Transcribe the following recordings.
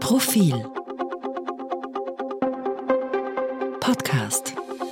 Profil Podcast.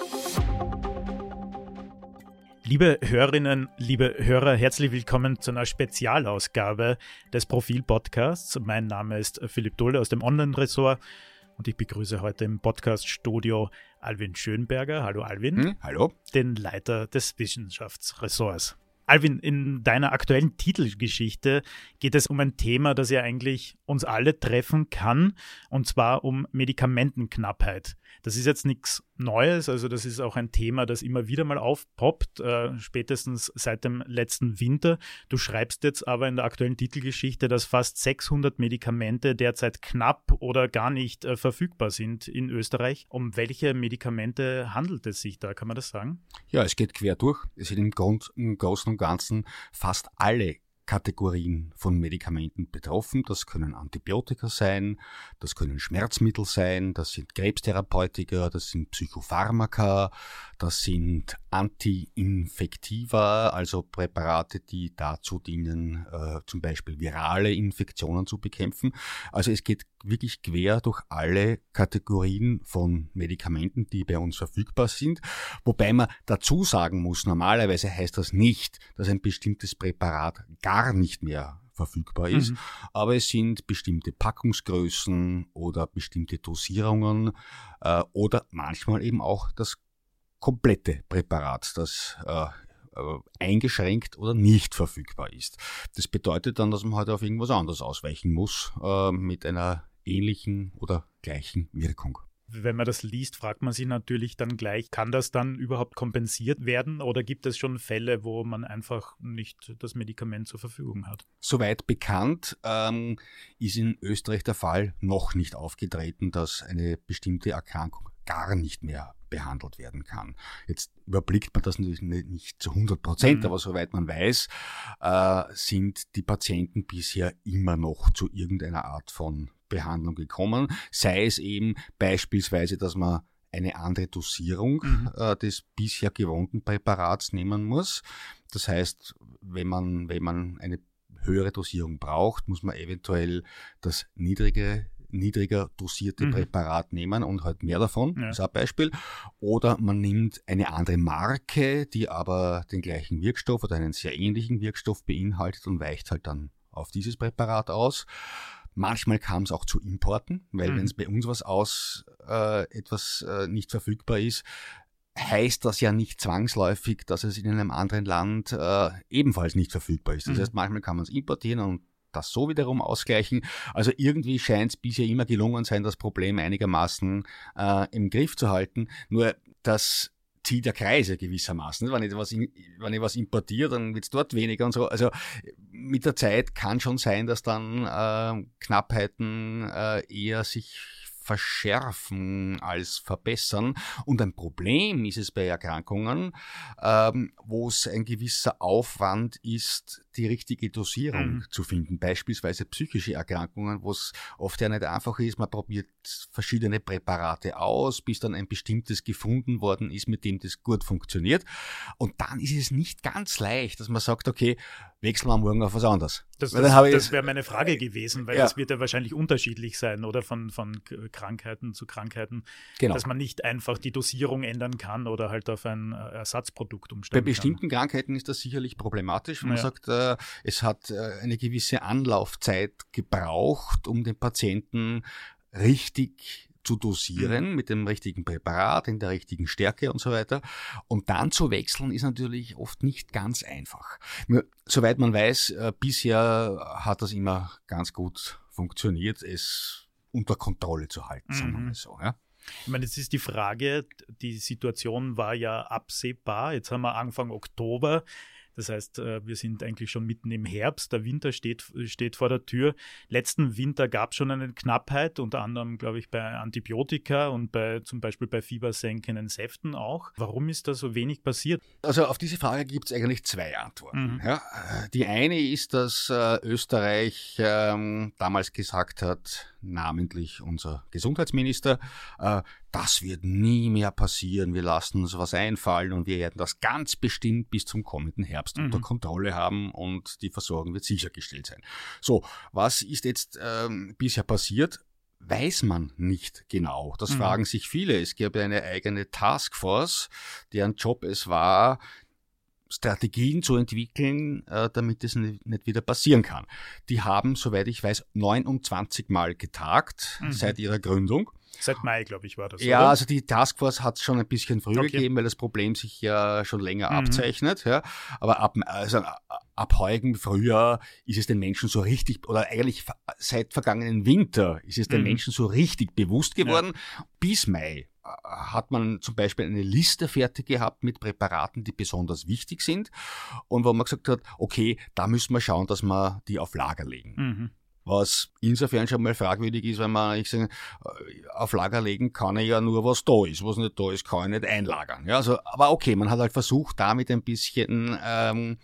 Liebe Hörerinnen, liebe Hörer, herzlich willkommen zu einer Spezialausgabe des Profil-Podcasts. Mein Name ist Philipp Dohle aus dem Online-Ressort und ich begrüße heute im Podcast-Studio Alwin Schönberger. Hallo Alwin. Hallo. Den Leiter des Wissenschaftsressorts. Alwin, in deiner aktuellen Titelgeschichte geht es um ein Thema, das ja eigentlich uns alle treffen kann, und zwar um Medikamentenknappheit. Das ist jetzt nichts Neues, also das ist auch ein Thema, das immer wieder mal aufpoppt, spätestens seit dem letzten Winter. Du schreibst jetzt aber in der aktuellen Titelgeschichte, dass fast 600 Medikamente derzeit knapp oder gar nicht verfügbar sind in Österreich. Um welche Medikamente handelt es sich da, kann man das sagen? Ja, es geht quer durch. Es sind im Großen und Ganzen fast alle Kategorien von Medikamenten betroffen. Das können Antibiotika sein, das können Schmerzmittel sein, das sind Krebstherapeutika, das sind Psychopharmaka, das sind Antiinfektiva, also Präparate, die dazu dienen, zum Beispiel virale Infektionen zu bekämpfen. Also es geht wirklich quer durch alle Kategorien von Medikamenten, die bei uns verfügbar sind. Wobei man dazu sagen muss, normalerweise heißt das nicht, dass ein bestimmtes Präparat gar nicht mehr verfügbar ist, aber es sind bestimmte Packungsgrößen oder bestimmte Dosierungen oder manchmal eben auch das komplette Präparat, das eingeschränkt oder nicht verfügbar ist. Das bedeutet dann, dass man halt auf irgendwas anderes ausweichen muss mit einer ähnlichen oder gleichen Wirkung. Wenn man das liest, fragt man sich natürlich dann gleich, kann das dann überhaupt kompensiert werden oder gibt es schon Fälle, wo man einfach nicht das Medikament zur Verfügung hat? Soweit bekannt ist in Österreich der Fall noch nicht aufgetreten, dass eine bestimmte Erkrankung gar nicht mehr behandelt werden kann. Jetzt überblickt man das natürlich nicht zu 100%, aber soweit man weiß, sind die Patienten bisher immer noch zu irgendeiner Art von Behandlung gekommen, sei es eben beispielsweise, dass man eine andere Dosierung des bisher gewohnten Präparats nehmen muss. Das heißt, wenn man eine höhere Dosierung braucht, muss man eventuell das niedriger dosierte Präparat nehmen und halt mehr davon, ist ein Beispiel. Oder man nimmt eine andere Marke, die aber den gleichen Wirkstoff oder einen sehr ähnlichen Wirkstoff beinhaltet und weicht halt dann auf dieses Präparat aus. Manchmal kam es auch zu Importen, weil wenn es bei uns etwas nicht verfügbar ist, heißt das ja nicht zwangsläufig, dass es in einem anderen Land ebenfalls nicht verfügbar ist. Das heißt, manchmal kann man es importieren und das so wiederum ausgleichen. Also irgendwie scheint es bisher immer gelungen sein, das Problem einigermaßen im Griff zu halten. Nur das zieht der Kreise gewissermaßen. Wenn ich was importiere, dann wird es dort weniger und so. Also mit der Zeit kann schon sein, dass dann Knappheiten eher sich verschärfen als verbessern. Und ein Problem ist es bei Erkrankungen, wo es ein gewisser Aufwand ist, die richtige Dosierung zu finden. Beispielsweise psychische Erkrankungen, wo es oft ja nicht einfach ist, man probiert verschiedene Präparate aus, bis dann ein bestimmtes gefunden worden ist, mit dem das gut funktioniert. Und dann ist es nicht ganz leicht, dass man sagt, okay, wechseln wir morgen auf was anderes. Das wäre meine Frage gewesen, weil das wird ja wahrscheinlich unterschiedlich sein, oder von Krankheiten zu Krankheiten, genau, dass man nicht einfach die Dosierung ändern kann oder halt auf ein Ersatzprodukt umstellen kann. Bei kann. bestimmten Krankheiten ist das sicherlich problematisch, wenn man sagt, es hat eine gewisse Anlaufzeit gebraucht, um den Patienten richtig zu dosieren mit dem richtigen Präparat, in der richtigen Stärke und so weiter. Und dann zu wechseln ist natürlich oft nicht ganz einfach. Nur, soweit man weiß, bisher hat das immer ganz gut funktioniert, es unter Kontrolle zu halten, sagen wir mal so. Ja. Ich meine, jetzt ist die Frage, die Situation war ja absehbar. Jetzt haben wir Anfang Oktober. Das heißt, wir sind eigentlich schon mitten im Herbst, der Winter steht vor der Tür. Letzten Winter gab es schon eine Knappheit, unter anderem, glaube ich, bei Antibiotika und zum Beispiel bei fiebersenkenden Säften auch. Warum ist da so wenig passiert? Also auf diese Frage gibt es eigentlich zwei Antworten. Ja, die eine ist, dass Österreich damals gesagt hat, namentlich unser Gesundheitsminister, das wird nie mehr passieren, wir lassen uns was einfallen und wir werden das ganz bestimmt bis zum kommenden Herbst unter Kontrolle haben und die Versorgung wird sichergestellt sein. So, was ist jetzt bisher passiert? weiß man nicht genau. Das fragen sich viele. Es gäbe eine eigene Taskforce, deren Job es war, Strategien zu entwickeln, damit es nicht wieder passieren kann. Die haben, soweit ich weiß, 29 Mal getagt seit ihrer Gründung. Seit Mai, glaube ich, war das, Ja, oder? also die Taskforce hat es schon ein bisschen früher gegeben, weil das Problem sich ja schon länger abzeichnet. Ja. Aber ab heutigen Frühjahr ist es den Menschen so richtig, oder eigentlich seit vergangenen Winter ist es den Menschen so richtig bewusst geworden. Ja. Bis Mai hat man zum Beispiel eine Liste fertig gehabt mit Präparaten, die besonders wichtig sind und wo man gesagt hat, okay, da müssen wir schauen, dass wir die auf Lager legen. Was insofern schon mal fragwürdig ist, weil ich sage, auf Lager legen kann ich ja nur, was da ist. Was nicht da ist, kann ich nicht einlagern. Ja, also, aber okay, man hat halt versucht, damit ein bisschen eine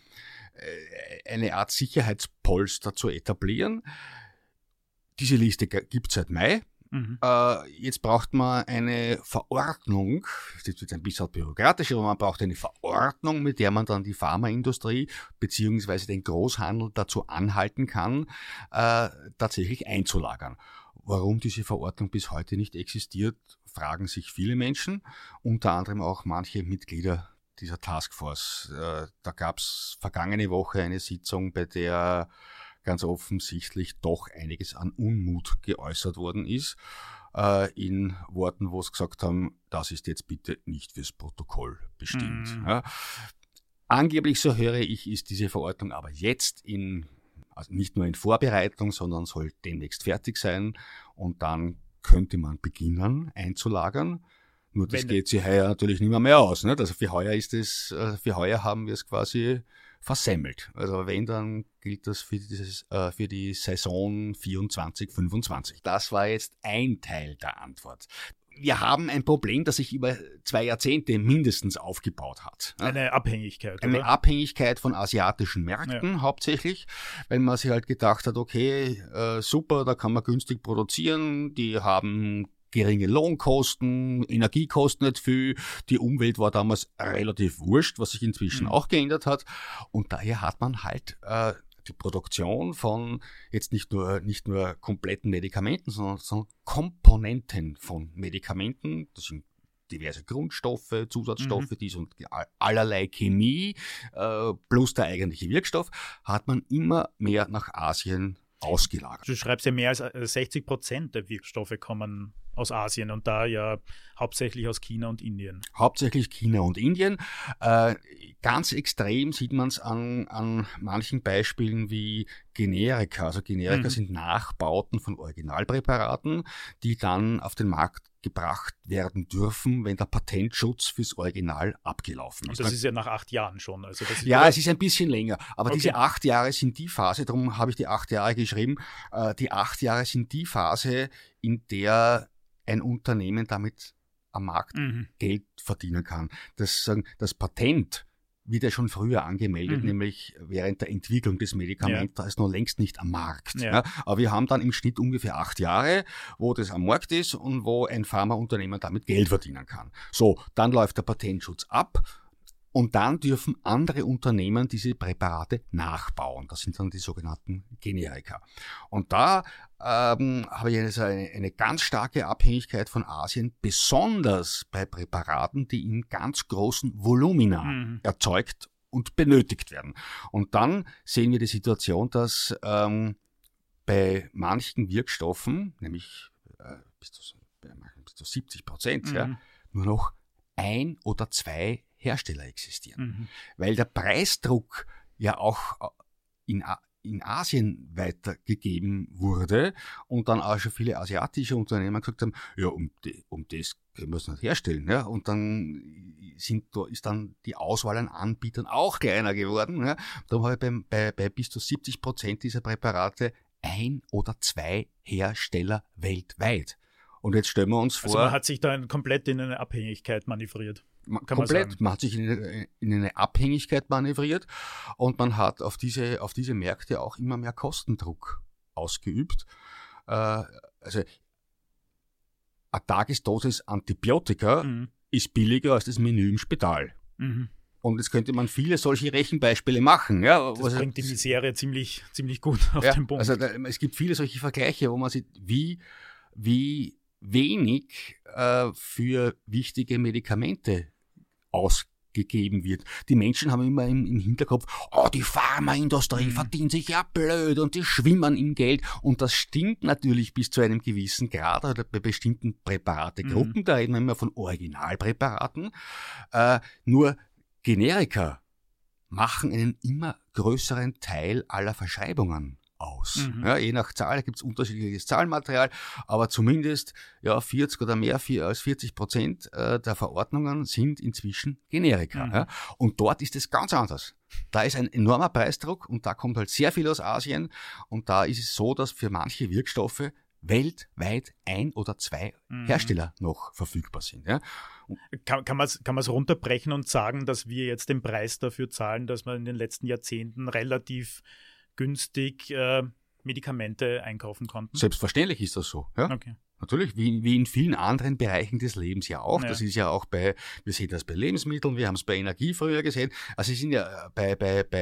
Art Sicherheitspolster zu etablieren. Diese Liste gibt's seit Mai. Jetzt braucht man eine Verordnung, das ist jetzt ein bisschen bürokratisch, aber man braucht eine Verordnung, mit der man dann die Pharmaindustrie beziehungsweise den Großhandel dazu anhalten kann, tatsächlich einzulagern. Warum diese Verordnung bis heute nicht existiert, fragen sich viele Menschen, unter anderem auch manche Mitglieder dieser Taskforce. Da gab es vergangene Woche eine Sitzung, bei der ganz offensichtlich doch einiges an Unmut geäußert worden ist, in Worten, wo es gesagt haben, das ist jetzt bitte nicht fürs Protokoll bestimmt. Ja. Angeblich, so höre ich, ist diese Verordnung aber jetzt also nicht nur in Vorbereitung, sondern soll demnächst fertig sein und dann könnte man beginnen einzulagern. Nur das geht sich heuer natürlich nicht mehr aus. Nicht? Also für heuer haben wir es quasi versemmelt. Also wenn, dann gilt das für die Saison 24/25. Das war jetzt ein Teil der Antwort. Wir haben ein Problem, das sich über 2 Jahrzehnte mindestens aufgebaut hat. Eine Abhängigkeit, oder? Eine Abhängigkeit von asiatischen Märkten hauptsächlich, weil man sich halt gedacht hat, okay, super, da kann man günstig produzieren, die haben geringe Lohnkosten, Energiekosten nicht viel. Die Umwelt war damals relativ wurscht, was sich inzwischen auch geändert hat. Und daher hat man halt die Produktion von jetzt nicht nur kompletten Medikamenten, sondern Komponenten von Medikamenten. Das sind diverse Grundstoffe, Zusatzstoffe, dies und allerlei Chemie, plus der eigentliche Wirkstoff, hat man immer mehr nach Asien ausgelagert. Du schreibst ja, mehr als 60% der Wirkstoffe kommen aus Asien und da ja hauptsächlich aus China und Indien. Hauptsächlich China und Indien. Ganz extrem sieht man es an manchen Beispielen wie Generika. Also Generika sind Nachbauten von Originalpräparaten, die dann auf den Markt gebracht werden dürfen, wenn der Patentschutz fürs Original abgelaufen ist. Und das ist ja nach 8 Jahren schon. Also das ist es ist ein bisschen länger. Aber diese 8 Jahre sind die Phase, darum habe ich die 8 Jahre geschrieben, die 8 Jahre sind die Phase, in der ein Unternehmen damit am Markt Geld verdienen kann. Das Patent wird ja schon früher angemeldet, nämlich während der Entwicklung des Medikaments, da ist noch längst nicht am Markt. Ja. Ja, aber wir haben dann im Schnitt ungefähr 8 Jahre, wo das am Markt ist und wo ein Pharmaunternehmen damit Geld verdienen kann. So, dann läuft der Patentschutz ab. Und dann dürfen andere Unternehmen diese Präparate nachbauen. Das sind dann die sogenannten Generika. Und da habe ich eine ganz starke Abhängigkeit von Asien, besonders bei Präparaten, die in ganz großen Volumina erzeugt und benötigt werden. Und dann sehen wir die Situation, dass bei manchen Wirkstoffen, nämlich bis zu 70%, nur noch 1 oder 2 Hersteller existieren. Weil der Preisdruck ja auch in Asien weitergegeben wurde und dann auch schon viele asiatische Unternehmen gesagt haben, ja, um das können wir es nicht herstellen. Ja? Und dann ist dann die Auswahl an Anbietern auch kleiner geworden. Ja? Darum habe ich bei bis zu 70% dieser Präparate 1 oder 2 Hersteller weltweit. Und jetzt stellen wir uns vor... Also man hat sich da komplett in eine Abhängigkeit manövriert. Man hat sich in eine Abhängigkeit manövriert und man hat auf diese Märkte auch immer mehr Kostendruck ausgeübt. Also eine Tagesdosis Antibiotika ist billiger als das Menü im Spital. Und jetzt könnte man viele solche Rechenbeispiele machen. Ja, das bringt die Misere ziemlich gut auf den Punkt. Also es gibt viele solche Vergleiche, wo man sieht, wie wie wenig für wichtige Medikamente ausgegeben wird. Die Menschen haben immer im Hinterkopf, die Pharmaindustrie verdient sich ja blöd und die schwimmen im Geld. Und das stimmt natürlich bis zu einem gewissen Grad oder bei bestimmten Präparategruppen. Da reden wir immer von Originalpräparaten. Nur Generika machen einen immer größeren Teil aller Verschreibungen aus. Ja, je nach Zahl gibt es unterschiedliches Zahlenmaterial, aber zumindest 40 oder mehr als 40% der Verordnungen sind inzwischen Generika. Ja. Und dort ist es ganz anders. Da ist ein enormer Preisdruck und da kommt halt sehr viel aus Asien und da ist es so, dass für manche Wirkstoffe weltweit 1 oder 2 Hersteller noch verfügbar sind. Ja. Kann man es runterbrechen und sagen, dass wir jetzt den Preis dafür zahlen, dass wir in den letzten Jahrzehnten relativ günstig Medikamente einkaufen konnten? Selbstverständlich ist das so. Ja? Okay. Natürlich, wie in vielen anderen Bereichen des Lebens ja auch. Ja. Das ist ja auch wir sehen das bei Lebensmitteln, wir haben es bei Energie früher gesehen. Also es sind ja bei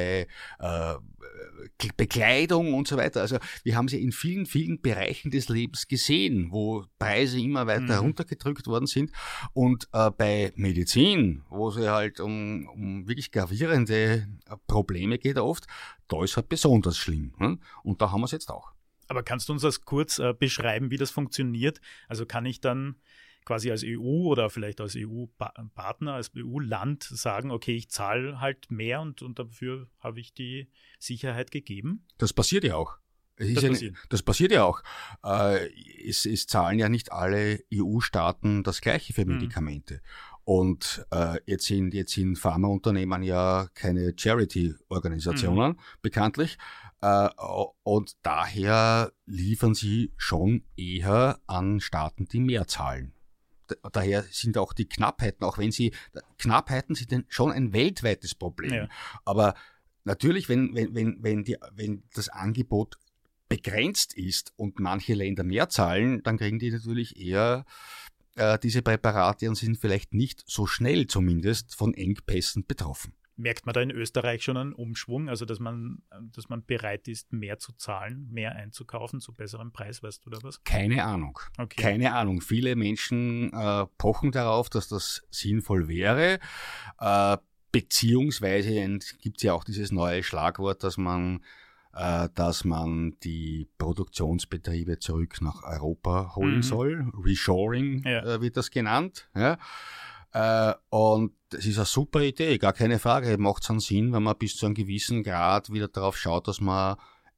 Bekleidung und so weiter. Also wir haben sie in vielen, vielen Bereichen des Lebens gesehen, wo Preise immer weiter runtergedrückt worden sind. Und bei Medizin, wo es halt um wirklich gravierende Probleme geht oft, da ist halt besonders schlimm. Und da haben wir es jetzt auch. Aber kannst du uns das kurz beschreiben, wie das funktioniert? Also kann ich dann quasi als EU oder vielleicht als EU-Partner, als EU-Land sagen, okay, ich zahle halt mehr und dafür habe ich die Sicherheit gegeben? Das passiert ja auch. Das passiert ja auch. Es zahlen ja nicht alle EU-Staaten das Gleiche für Medikamente. Und jetzt sind Pharmaunternehmen ja keine Charity-Organisationen, bekanntlich. Und daher liefern sie schon eher an Staaten, die mehr zahlen. Daher sind auch die Knappheiten, auch wenn Knappheiten sind schon ein weltweites Problem. Ja. Aber natürlich, wenn das Angebot begrenzt ist und manche Länder mehr zahlen, dann kriegen die natürlich eher diese Präparate und sind vielleicht nicht so schnell zumindest von Engpässen betroffen. Merkt man da in Österreich schon einen Umschwung, also dass man bereit ist, mehr zu zahlen, mehr einzukaufen zu besserem Preis, weißt du da was? Keine Ahnung. Okay. Keine Ahnung. Viele Menschen pochen darauf, dass das sinnvoll wäre, beziehungsweise gibt es ja auch dieses neue Schlagwort, dass man die Produktionsbetriebe zurück nach Europa holen soll. Reshoring wird das genannt. Ja. Und das ist eine super Idee, gar keine Frage. Macht es einen Sinn, wenn man bis zu einem gewissen Grad wieder darauf schaut, dass man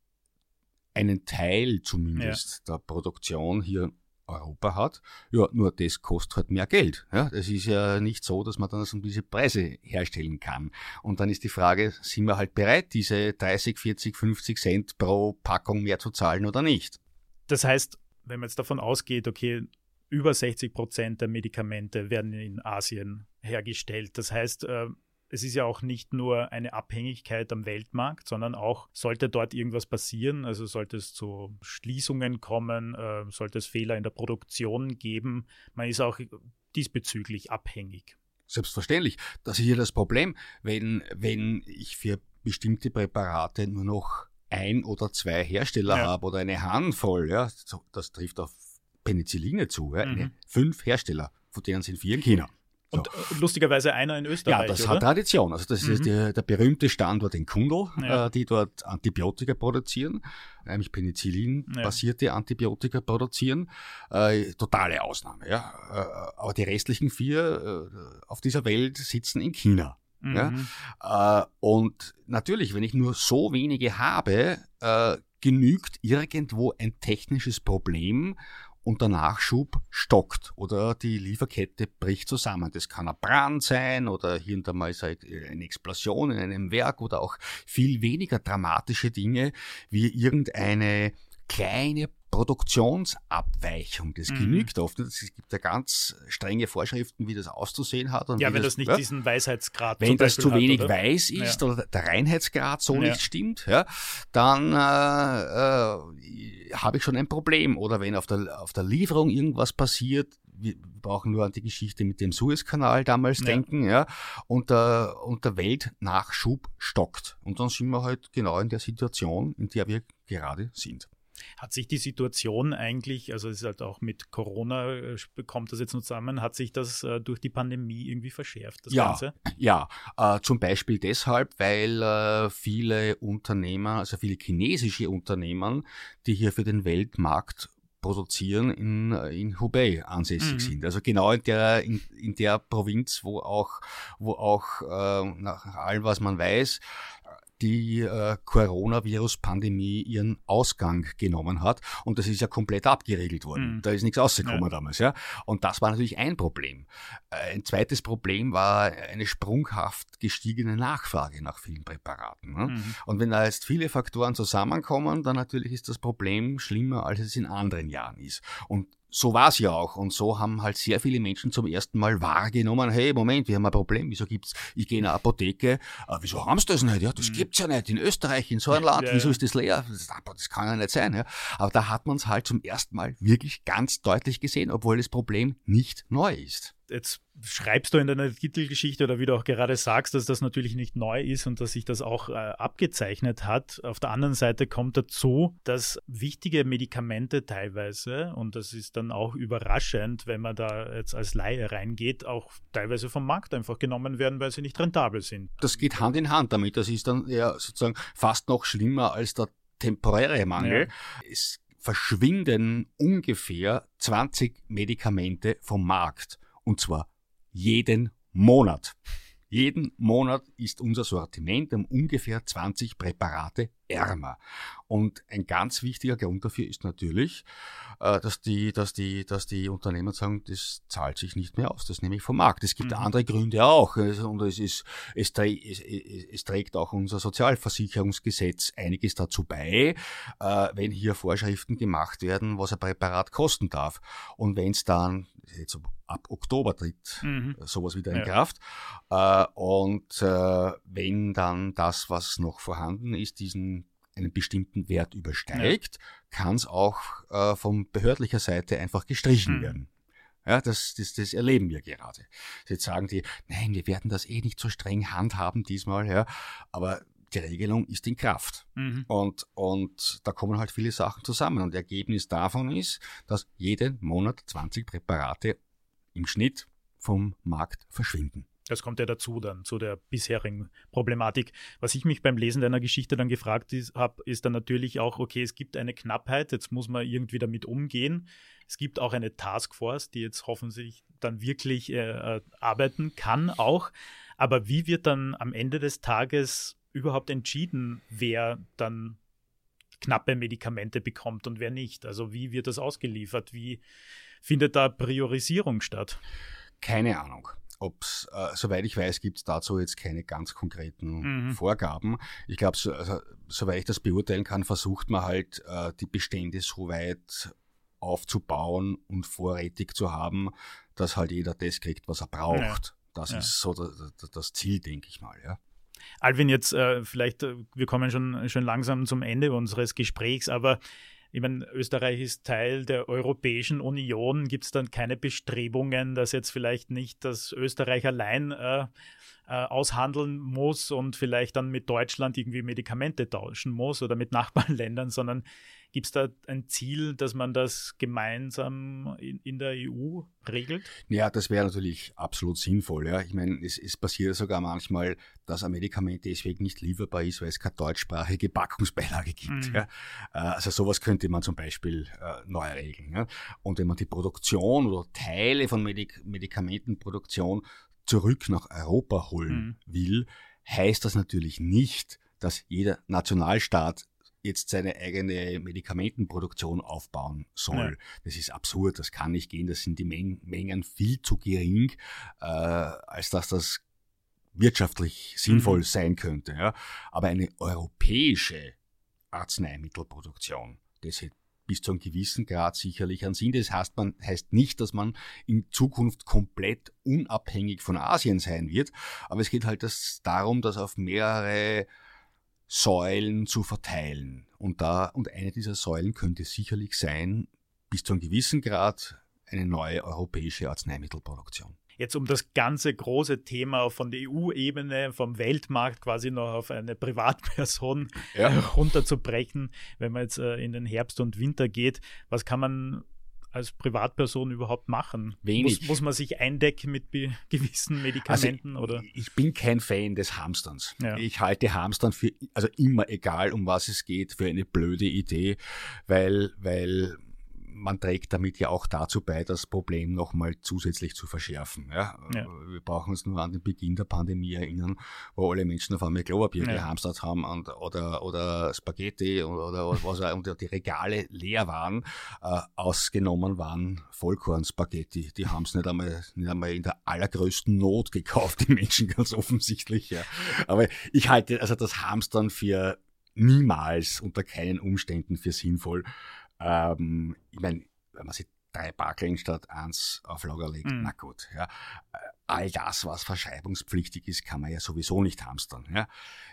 einen Teil zumindest der Produktion hier in Europa hat. Ja, nur das kostet halt mehr Geld. Ja, das ist ja nicht so, dass man dann um diese Preise herstellen kann. Und dann ist die Frage, sind wir halt bereit, diese 30, 40, 50 Cent pro Packung mehr zu zahlen oder nicht? Das heißt, wenn man jetzt davon ausgeht, okay, über 60% der Medikamente werden in Asien hergestellt. Das heißt, es ist ja auch nicht nur eine Abhängigkeit am Weltmarkt, sondern auch, sollte dort irgendwas passieren, also sollte es zu Schließungen kommen, sollte es Fehler in der Produktion geben, man ist auch diesbezüglich abhängig. Selbstverständlich. Das ist ja das Problem, wenn ich für bestimmte Präparate nur noch 1 oder 2 Hersteller habe oder eine Handvoll, das trifft auf Penicilline zu, 5 Hersteller, von denen sind 4 in China. So. Und lustigerweise einer in Österreich, ja, das hat Tradition. Also das ist der berühmte Standort in Kundl, die dort Antibiotika produzieren, nämlich Penicillin-basierte Antibiotika produzieren. Totale Ausnahme. Ja. Aber die restlichen 4 auf dieser Welt sitzen in China. Ja. Und natürlich, wenn ich nur so wenige habe, genügt irgendwo ein technisches Problem und der Nachschub stockt oder die Lieferkette bricht zusammen. Das kann ein Brand sein oder hier und da mal ist eine Explosion in einem Werk oder auch viel weniger dramatische Dinge wie irgendeine kleine Produktionsabweichung. Das genügt oft. Es gibt ja ganz strenge Vorschriften, wie das auszusehen hat. Und wenn das nicht diesen Weisheitsgrad wenn das zu wenig weiß ist oder der Reinheitsgrad so nicht stimmt, dann habe ich schon ein Problem. Oder wenn auf der Lieferung irgendwas passiert, wir brauchen nur an die Geschichte mit dem Suezkanal damals denken, und der Weltnachschub stockt. Und dann sind wir halt genau in der Situation, in der wir gerade sind. Hat sich die Situation eigentlich, also es ist halt auch mit Corona, kommt das jetzt noch zusammen, hat sich das durch die Pandemie irgendwie verschärft, das Ganze? Ja, zum Beispiel deshalb, weil viele Unternehmer, also viele chinesische Unternehmen, die hier für den Weltmarkt produzieren, in Hubei ansässig sind. Also genau in der Provinz, wo auch nach allem, was man weiß, die Coronavirus-Pandemie ihren Ausgang genommen hat. Und das ist ja komplett abgeriegelt worden. Da ist nichts rausgekommen damals. Ja. Und das war natürlich ein Problem. Ein zweites Problem war eine sprunghaft gestiegene Nachfrage nach vielen Präparaten. Ne? Und wenn da jetzt viele Faktoren zusammenkommen, dann natürlich ist das Problem schlimmer, als es in anderen Jahren ist. Und so war es ja auch. Und so haben halt sehr viele Menschen zum ersten Mal wahrgenommen, hey, Moment, wir haben ein Problem. Wieso ich gehe in eine Apotheke, wieso haben sie das nicht? Ja, das gibt's ja nicht. In Österreich, in so einem Land, wieso ist das leer? Das kann ja nicht sein. Ja. Aber da hat man es halt zum ersten Mal wirklich ganz deutlich gesehen, obwohl das Problem nicht neu ist. Jetzt schreibst du in deiner Titelgeschichte oder wie du auch gerade sagst, dass das natürlich nicht neu ist und dass sich das auch abgezeichnet hat. Auf der anderen Seite kommt dazu, dass wichtige Medikamente teilweise, und das ist dann auch überraschend, wenn man da jetzt als Laie reingeht, auch teilweise vom Markt einfach genommen werden, weil sie nicht rentabel sind. Das geht Hand in Hand damit. Das ist dann ja sozusagen fast noch schlimmer als der temporäre Mangel. Ja. Es verschwinden ungefähr 20 Medikamente vom Markt. Und zwar jeden Monat. Jeden Monat ist unser Sortiment um ungefähr 20 Präparate ärmer. Und ein ganz wichtiger Grund dafür ist natürlich, dass die Unternehmer sagen, das zahlt sich nicht mehr aus, das nehme ich vom Markt. Es gibt andere Gründe auch. Und es trägt auch unser Sozialversicherungsgesetz einiges dazu bei, wenn hier Vorschriften gemacht werden, was ein Präparat kosten darf. Und wenn es dann jetzt ab Oktober tritt sowas wieder in Kraft. Wenn dann das, was noch vorhanden ist, einen bestimmten Wert übersteigt, kann es auch von behördlicher Seite einfach gestrichen werden. Ja, das erleben wir gerade. Jetzt sagen die, nein, wir werden das nicht so streng handhaben diesmal, ja, aber die Regelung ist in Kraft. Und da kommen halt viele Sachen zusammen. Und Ergebnis davon ist, dass jeden Monat 20 Präparate im Schnitt vom Markt verschwinden. Das kommt ja dazu dann, zu der bisherigen Problematik. Was ich mich beim Lesen deiner Geschichte dann gefragt habe, ist dann natürlich auch, okay, es gibt eine Knappheit, jetzt muss man irgendwie damit umgehen. Es gibt auch eine Taskforce, die jetzt hoffentlich dann wirklich arbeiten kann auch. Aber wie wird dann am Ende des Tages überhaupt entschieden, wer dann knappe Medikamente bekommt und wer nicht? Also wie wird das ausgeliefert? Wie findet da Priorisierung statt? Keine Ahnung. Soweit ich weiß, gibt es dazu jetzt keine ganz konkreten Vorgaben. Ich glaube, soweit ich das beurteilen kann, versucht man halt, die Bestände so weit aufzubauen und vorrätig zu haben, dass halt jeder das kriegt, was er braucht. Ja. Das ist so das Ziel, denke ich mal, ja. Alvin, jetzt vielleicht, wir kommen schon langsam zum Ende unseres Gesprächs, aber ich meine, Österreich ist Teil der Europäischen Union. Gibt es dann keine Bestrebungen, dass jetzt vielleicht nicht das Österreich allein aushandeln muss und vielleicht dann mit Deutschland irgendwie Medikamente tauschen muss oder mit Nachbarländern, sondern gibt es da ein Ziel, dass man das gemeinsam in der EU regelt? Ja, das wäre natürlich absolut sinnvoll. Ja. Ich meine, es passiert sogar manchmal, dass ein Medikament deswegen nicht lieferbar ist, weil es keine deutschsprachige Packungsbeilage gibt. Ja. Also sowas könnte man zum Beispiel neu regeln. Ja. Und wenn man die Produktion oder Teile von Medikamentenproduktion zurück nach Europa holen will, heißt das natürlich nicht, dass jeder Nationalstaat jetzt seine eigene Medikamentenproduktion aufbauen soll. Ja. Das ist absurd, das kann nicht gehen, das sind die Mengen viel zu gering, als dass das wirtschaftlich sinnvoll sein könnte. Ja. Aber eine europäische Arzneimittelproduktion, das hätte bis zu einem gewissen Grad sicherlich einen Sinn. Das heißt nicht, dass man in Zukunft komplett unabhängig von Asien sein wird, aber es geht halt darum, das auf mehrere Säulen zu verteilen. Und eine dieser Säulen könnte sicherlich sein, bis zu einem gewissen Grad, eine neue europäische Arzneimittelproduktion. jetzt um das ganze große Thema von der EU-Ebene, vom Weltmarkt quasi noch auf eine Privatperson runterzubrechen, wenn man jetzt in den Herbst und Winter geht, was kann man als Privatperson überhaupt machen? Wenig. Muss man sich eindecken mit gewissen Medikamenten? Also oder? Ich bin kein Fan des Hamsterns. Ja. Ich halte Hamstern für, also immer egal, um was es geht, für eine blöde Idee, weil man trägt damit ja auch dazu bei, das Problem nochmal zusätzlich zu verschärfen. Ja? Ja. Wir brauchen uns nur an den Beginn der Pandemie erinnern, wo alle Menschen auf einmal Klopapier gehamstert haben oder Spaghetti oder was auch, und die Regale leer waren. Ausgenommen waren Vollkornspaghetti. Die haben es nicht einmal in der allergrößten Not gekauft, die Menschen ganz offensichtlich. Ja. Aber ich halte also das Hamstern für niemals unter keinen Umständen für sinnvoll. Ich meine, wenn man sich 3 Backeln statt 1 auf Lager legt, na gut. Ja. All das, was verschreibungspflichtig ist, kann man ja sowieso nicht hamstern. Ja.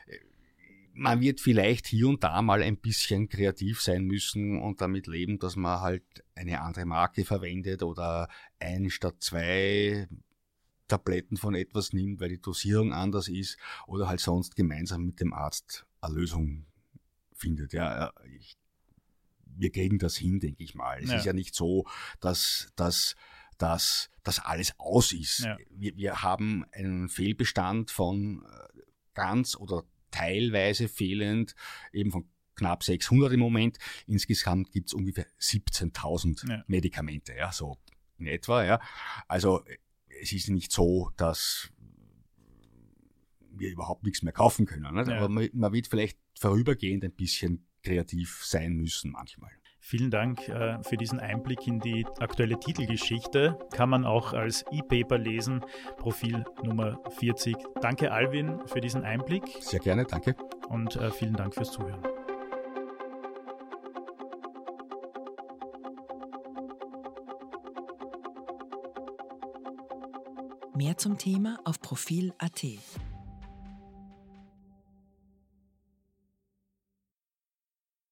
Man wird vielleicht hier und da mal ein bisschen kreativ sein müssen und damit leben, dass man halt eine andere Marke verwendet oder 1 statt 2 Tabletten von etwas nimmt, weil die Dosierung anders ist oder halt sonst gemeinsam mit dem Arzt eine Lösung findet. Ja, wir kriegen das hin, denke ich mal. Es ist ja nicht so, dass alles aus ist. Ja. Wir haben einen Fehlbestand von ganz oder teilweise fehlend, eben von knapp 600 im Moment. Insgesamt gibt es ungefähr 17.000 Medikamente, ja, so in etwa. Ja. Also es ist nicht so, dass wir überhaupt nichts mehr kaufen können. Ne? Aber man wird vielleicht vorübergehend ein bisschen kreativ sein müssen manchmal. Vielen Dank für diesen Einblick in die aktuelle Titelgeschichte. Kann man auch als E-Paper lesen, Profil Nummer 40. Danke, Alwin, für diesen Einblick. Sehr gerne, danke. Und vielen Dank fürs Zuhören. Mehr zum Thema auf Profil.at.